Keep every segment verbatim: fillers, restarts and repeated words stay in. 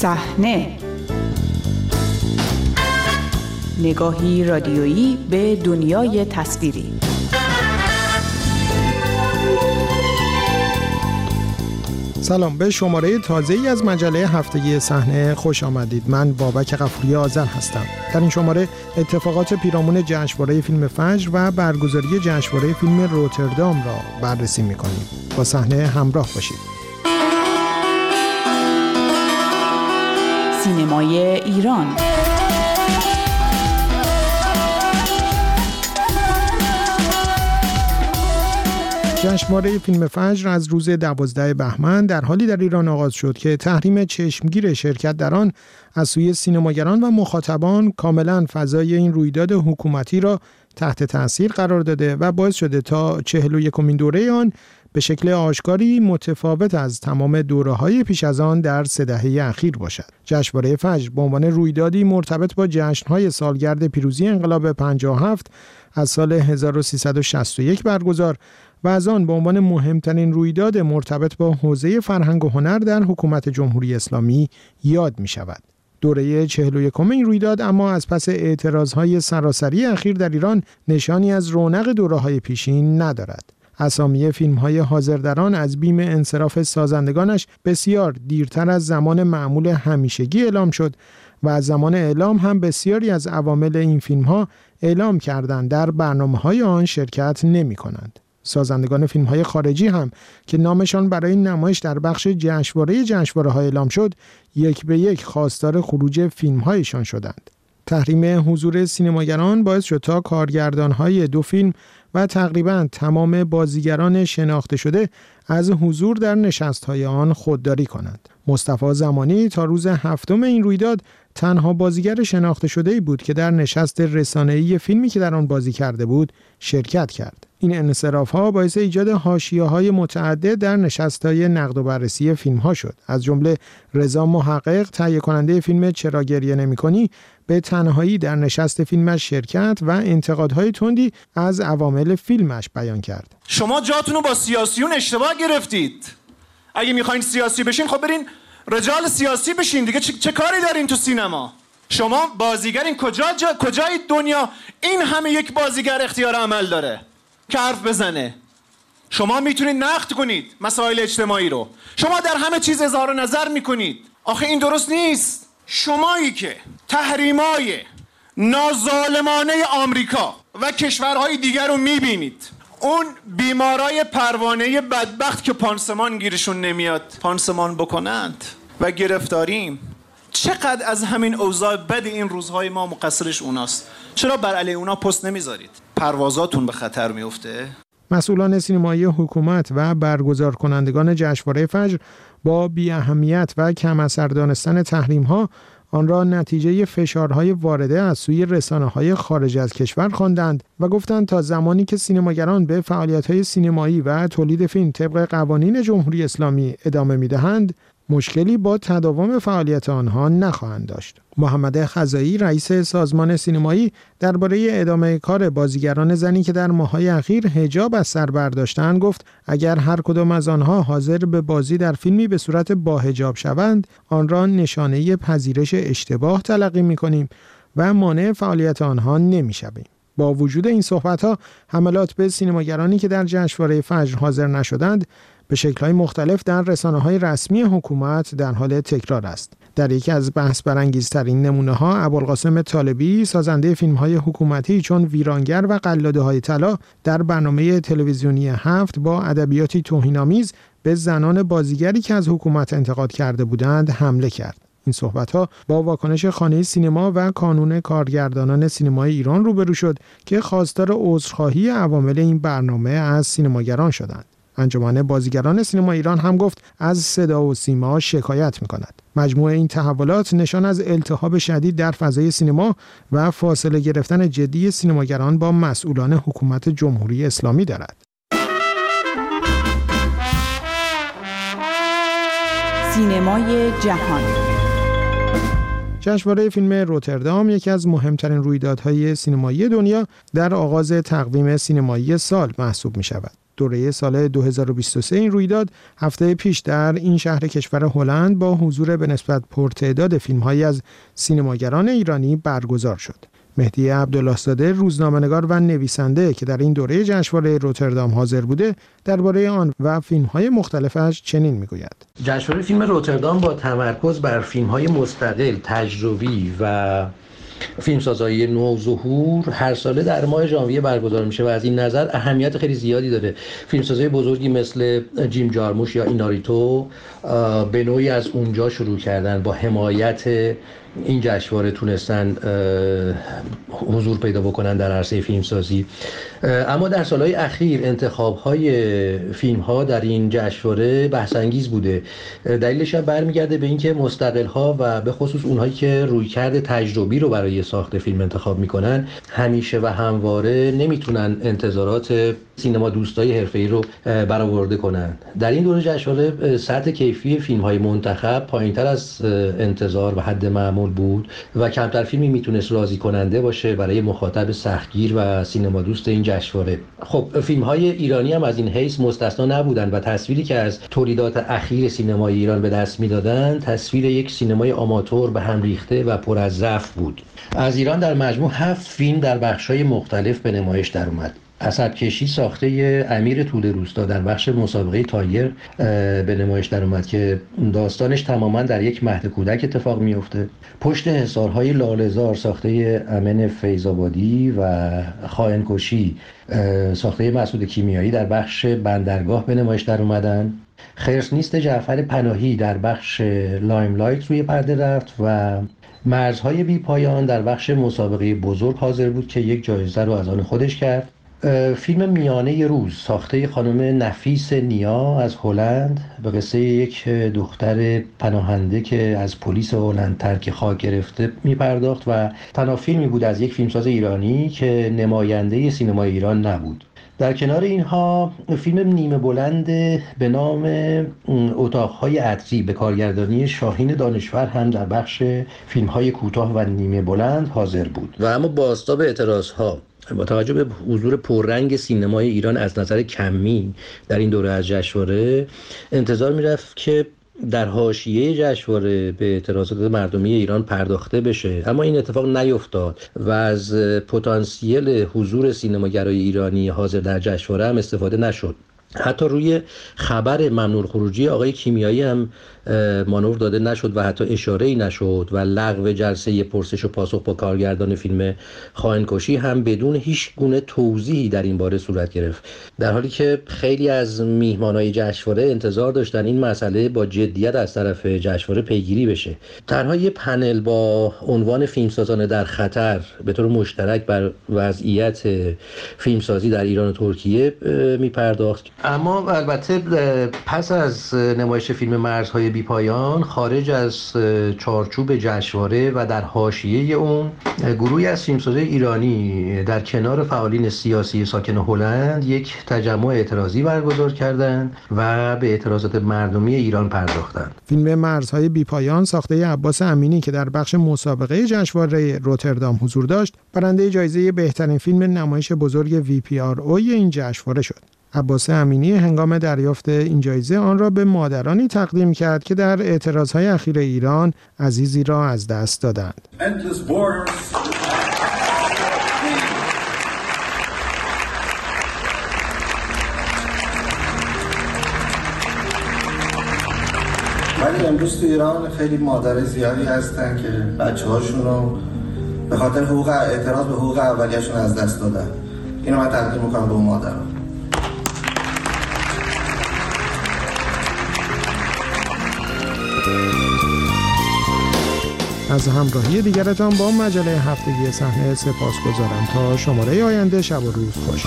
صحنه، نگاهی رادیویی به دنیای تصویری. سلام، به شماره تازه‌ای از مجله هفتگی صحنه خوش آمدید. من بابک غفوری آذر هستم. در این شماره اتفاقات پیرامون جشنواره فیلم فجر و برگزاری جشنواره فیلم روتردام را بررسی می‌کنیم. با صحنه همراه باشید. سینمای ایران. جشنواره فیلم فجر از روز دوازده بهمن در حالی در ایران آغاز شد که تحریم چشمگیر شرکت در آن از سوی سینماگران و مخاطبان کاملا فضای این رویداد حکومتی را تحت تاثیر قرار داده و باعث شده تا چهل و یکمین دوره آن به شکل آشکاری متفاوت از تمام دوره‌های پیش از آن در سه دهه اخیر باشد. جشنواره فجر به عنوان رویدادی مرتبط با جشن‌های سالگرد پیروزی انقلاب پنجاه و هفت از سال هزار و سیصد و شصت و یک برگزار و از آن به عنوان مهمترین رویداد مرتبط با حوزه فرهنگ و هنر در حکومت جمهوری اسلامی یاد می شود. دوره چهل و یکم این رویداد اما از پس اعتراضهای سراسری اخیر در ایران نشانی از رونق دوره‌های پیشین ندارد. اسامی فیلم‌های حاضر در آن از بیم انصراف سازندگانش بسیار دیرتر از زمان معمول همیشگی اعلام شد و از زمان اعلام هم بسیاری از عوامل این فیلم‌ها اعلام کردند در برنامه‌های آن شرکت نمی‌کنند. سازندگان فیلم‌های خارجی هم که نامشان برای نمایش در بخش جشنواره جشنواره‌ها اعلام شد، یک به یک خواستار خروج فیلم‌هایشان شدند. تحریم حضور سینماگران باعث شد تا کارگردان‌های دو فیلم و تقریباً تمام بازیگران شناخته شده از حضور در نشست‌های آن خودداری کنند. مصطفی زمانی تا روز هفتم این رویداد تنها بازیگر شناخته شده‌ای بود که در نشست رسانه‌ای فیلمی که در آن بازی کرده بود شرکت کرد. این انصراف‌ها باعث ایجاد حاشیه‌های متعدد در نشست‌های نقد و بررسی فیلم‌ها شد. از جمله رضا محقق، تهیه کننده فیلم چرا گریه نمی‌کنی، به تنهایی در نشست فیلمش شرکت و انتقادهای تندی از عوامل فیلمش بیان کرد. شما جاتون رو با سیاسیون اشتباه گرفتید. اگه می‌خواید سیاسی بشین خب برین رجال سیاسی بشین دیگه. چه, چه کاری دارین تو سینما؟ شما بازیگرین کجا جا کجای دنیا این همه یک بازیگر اختیار عمل داره که حرف بزنه؟ شما میتونید نقد کنید مسائل اجتماعی رو، شما در همه چیز اظهار نظر میکنید. آخه این درست نیست. شمایی که تحریمای ناظالمانه آمریکا و کشورهای دیگر رو میبینید، اون بیمارای پروانه بدبخت که پانسمان گیرشون نمیاد پانسمان بکنند و گرفتاریم، چقدر از همین اوضاع بد این روزهای ما مقصرش اوناست؟ چرا بر علیه اونا پست نمیذارید؟ پروازاتون به خطر میفته؟ مسئولان سینمایی حکومت و برگزار کنندگان جشنواره فجر با بی اهمیت و کم اثر دانستن تحریم‌ها آن را نتیجه فشارهای وارده از سوی رسانه‌های خارج از کشور خواندند و گفتند تا زمانی که سینماگران به فعالیت‌های سینمایی و تولید فیلم طبق قوانین جمهوری اسلامی ادامه می‌دهند، مشکلی با تداوم فعالیت آنها نخواهند داشت. محمد خزایی، رئیس سازمان سینمایی، درباره ادامه کار بازیگران زنی که در ماه‌های اخیر حجاب از سر برداشتند گفت اگر هر کدام از آنها حاضر به بازی در فیلمی به صورت با حجاب شوند، آن را نشانه پذیرش اشتباه تلقی می‌کنیم و مانع فعالیت آنها نمی‌شویم. با وجود این صحبت‌ها، حملات به سینماگرانی که در جشنواره فجر حاضر نشدند به شکل‌های مختلف در رسانه‌های رسمی حکومت در حال تکرار است. در یکی از بحث برانگیزترین نمونه‌ها، ابوالقاسم طالبی، سازنده فیلم‌های حکومتی چون ویرانگر و قلاده‌های طلا، در برنامه تلویزیونی هفت با ادبیاتی توهین‌آمیز به زنان بازیگری که از حکومت انتقاد کرده بودند حمله کرد. این صحبت‌ها با واکنش خانه سینما و کانون کارگردانان سینمای ایران روبرو شد که خواستار عذرخواهی عوامل این برنامه از سینماگران شدند. انجمن بازیگران سینما ایران هم گفت از صدا و سیما شکایت می‌کند. مجموع این تحولات نشان از التهاب شدید در فضای سینما و فاصله گرفتن جدی سینماگران با مسئولان حکومت جمهوری اسلامی دارد. سینمای جهان. جشنواره فیلم روتردام یکی از مهمترین رویدادهای سینمایی دنیا در آغاز تقویم سینمایی سال محسوب می شود. دوره سال دو هزار و بیست و سه این رویداد هفته پیش در این شهر کشور هلند با حضور به نسبت پرتعداد فیلم‌هایی از سینماگران ایرانی برگزار شد. مهدی عبدالله‌زاده روزنامه‌نگار و نویسنده که در این دوره جشنواره روتردام حاضر بوده درباره آن و فیلم‌های مختلفش چنین می‌گوید. جشنواره فیلم روتردام با تمرکز بر فیلم‌های مستقل، تجربی و فیلمسازهای نوظهور هر ساله در ماه ژانویه برگزار میشه و از این نظر اهمیت خیلی زیادی داره. فیلمسازهای بزرگی مثل جیم جارموش یا ایناریتو به نوعی از اونجا شروع کردن، با حمایت این جشنواره تونستن حضور پیدا بکنن در عرصه فیلمسازی. اما در سالهای اخیر انتخاب‌های فیلم‌ها در این جشنواره بحث انگیز بوده. دلیلش هم برمیگرده به اینکه مستقل‌ها و به خصوص اونهایی که رویکرد تجربی رو برای ساخت فیلم انتخاب میکنن همیشه و همواره نمیتونن انتظارات سینما دوستای حرفه‌ای رو برآورده کنن. در این دوره جشنواره سطح کیفی فیلم‌های منتخب پایین‌تر از انتظار و حد معمول بود و کمتر فیلمی میتونست راضی کننده باشه برای مخاطب سختگیر و سینما دوست این جشنواره. خب فیلم‌های ایرانی هم از این حیث مستثنا نبودن و تصویری که از تولیدات اخیر سینمای ایران به دست میدادن تصویر یک سینمای آماتور به هم ریخته و پر از ضعف بود. از ایران در مجموع هفت فیلم در بخش‌های مختلف به نمایش در اومد. عصب‌کشی ساخته امیر توده روستا در بخش مسابقه تایر به نمایش در اومد که داستانش تماما در یک مهد کودک اتفاق میفته. پشت حصارهای لاله‌زار ساخته امن فیض‌آبادی و خائن‌کشی ساخته مسعود کیمیایی در بخش بندرگاه به نمایش در اومدن. خرس نیست جعفر پناهی در بخش لایملایت روی پرده رفت و مرزهای بی پایان در بخش مسابقه بزرگ حاضر بود که یک جایزه رو از آن خودش کرد. فیلم میانه روز ساخته خانم نفیس نیا از هلند به قصه یک دختر پناهنده که از پلیس هلند ترک خاک گرفته میپرداخت و تنها فیلمی بود از یک فیلمساز ایرانی که نماینده سینما ایران نبود. در کنار اینها فیلم نیمه بلند به نام اتاقهای عطری به کارگردانی شاهین دانشور هم در بخش فیلم‌های کوتاه و نیمه بلند حاضر بود. و اما بازتاب اعتراض‌ها با توجه به حضور پررنگ سینمای ایران از نظر کمی در این دوره از جشنواره انتظار میرفت که در حاشیه جشنواره به اعتراضات مردمی ایران پرداخته بشه، اما این اتفاق نیفتاد و از پتانسیل حضور سینماگرای ایرانی حاضر در جشنواره هم استفاده نشد. حتی روی خبر ممنوع خروجی آقای کیمیایی هم مانور داده نشد و حتی اشاره‌ای نشد و لغو جلسه پرسش و پاسخ با کارگردان فیلم خائن‌کشی هم بدون هیچ گونه توضیحی در این باره صورت گرفت، در حالی که خیلی از میهمانای جشنواره انتظار داشتن این مسئله با جدیت از طرف جشنواره پیگیری بشه. تنها یک پنل با عنوان فیلمسازان در خطر به طور مشترک بر وضعیت فیلمسازی در ایران و ترکیه میپرداخت. اما البته پس از نمایش فیلم مرزهای بی پایان خارج از چارچوب جشنواره و در حاشیه اون گروهی از فیلمسازان ایرانی در کنار فعالین سیاسی ساکن هلند یک تجمع اعتراضی برگزار کردند و به اعتراضات مردمی ایران پرداختند. فیلم مرزهای بی پایان ساخته عباس امینی که در بخش مسابقه جشنواره روتردام حضور داشت برنده جایزه بهترین فیلم نمایش بزرگ وی پی آر او این جشنواره شد. عباس امینی هنگام دریافت این جایزه آن را به مادرانی تقدیم کرد که در اعتراضهای اخیر ایران عزیزی را از دست دادند. ولی امروز تو ایران خیلی مادر زیادی هستن که بچه‌هاشون رو به خاطر حقوق اعتراض به حقوق اولیه‌شون از دست دادن. اینو من تقدیم می‌کنم به اون مادرها. از همراهی دیگرتان با مجله هفتگی صحنه سپاسگزارم. تا شماره آینده شب و روز خوش.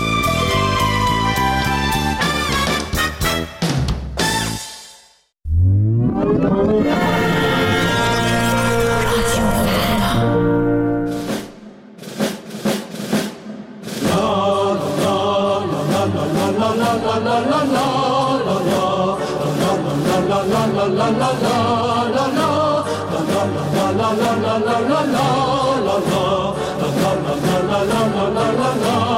La la la la la la la la la la la la la la la la la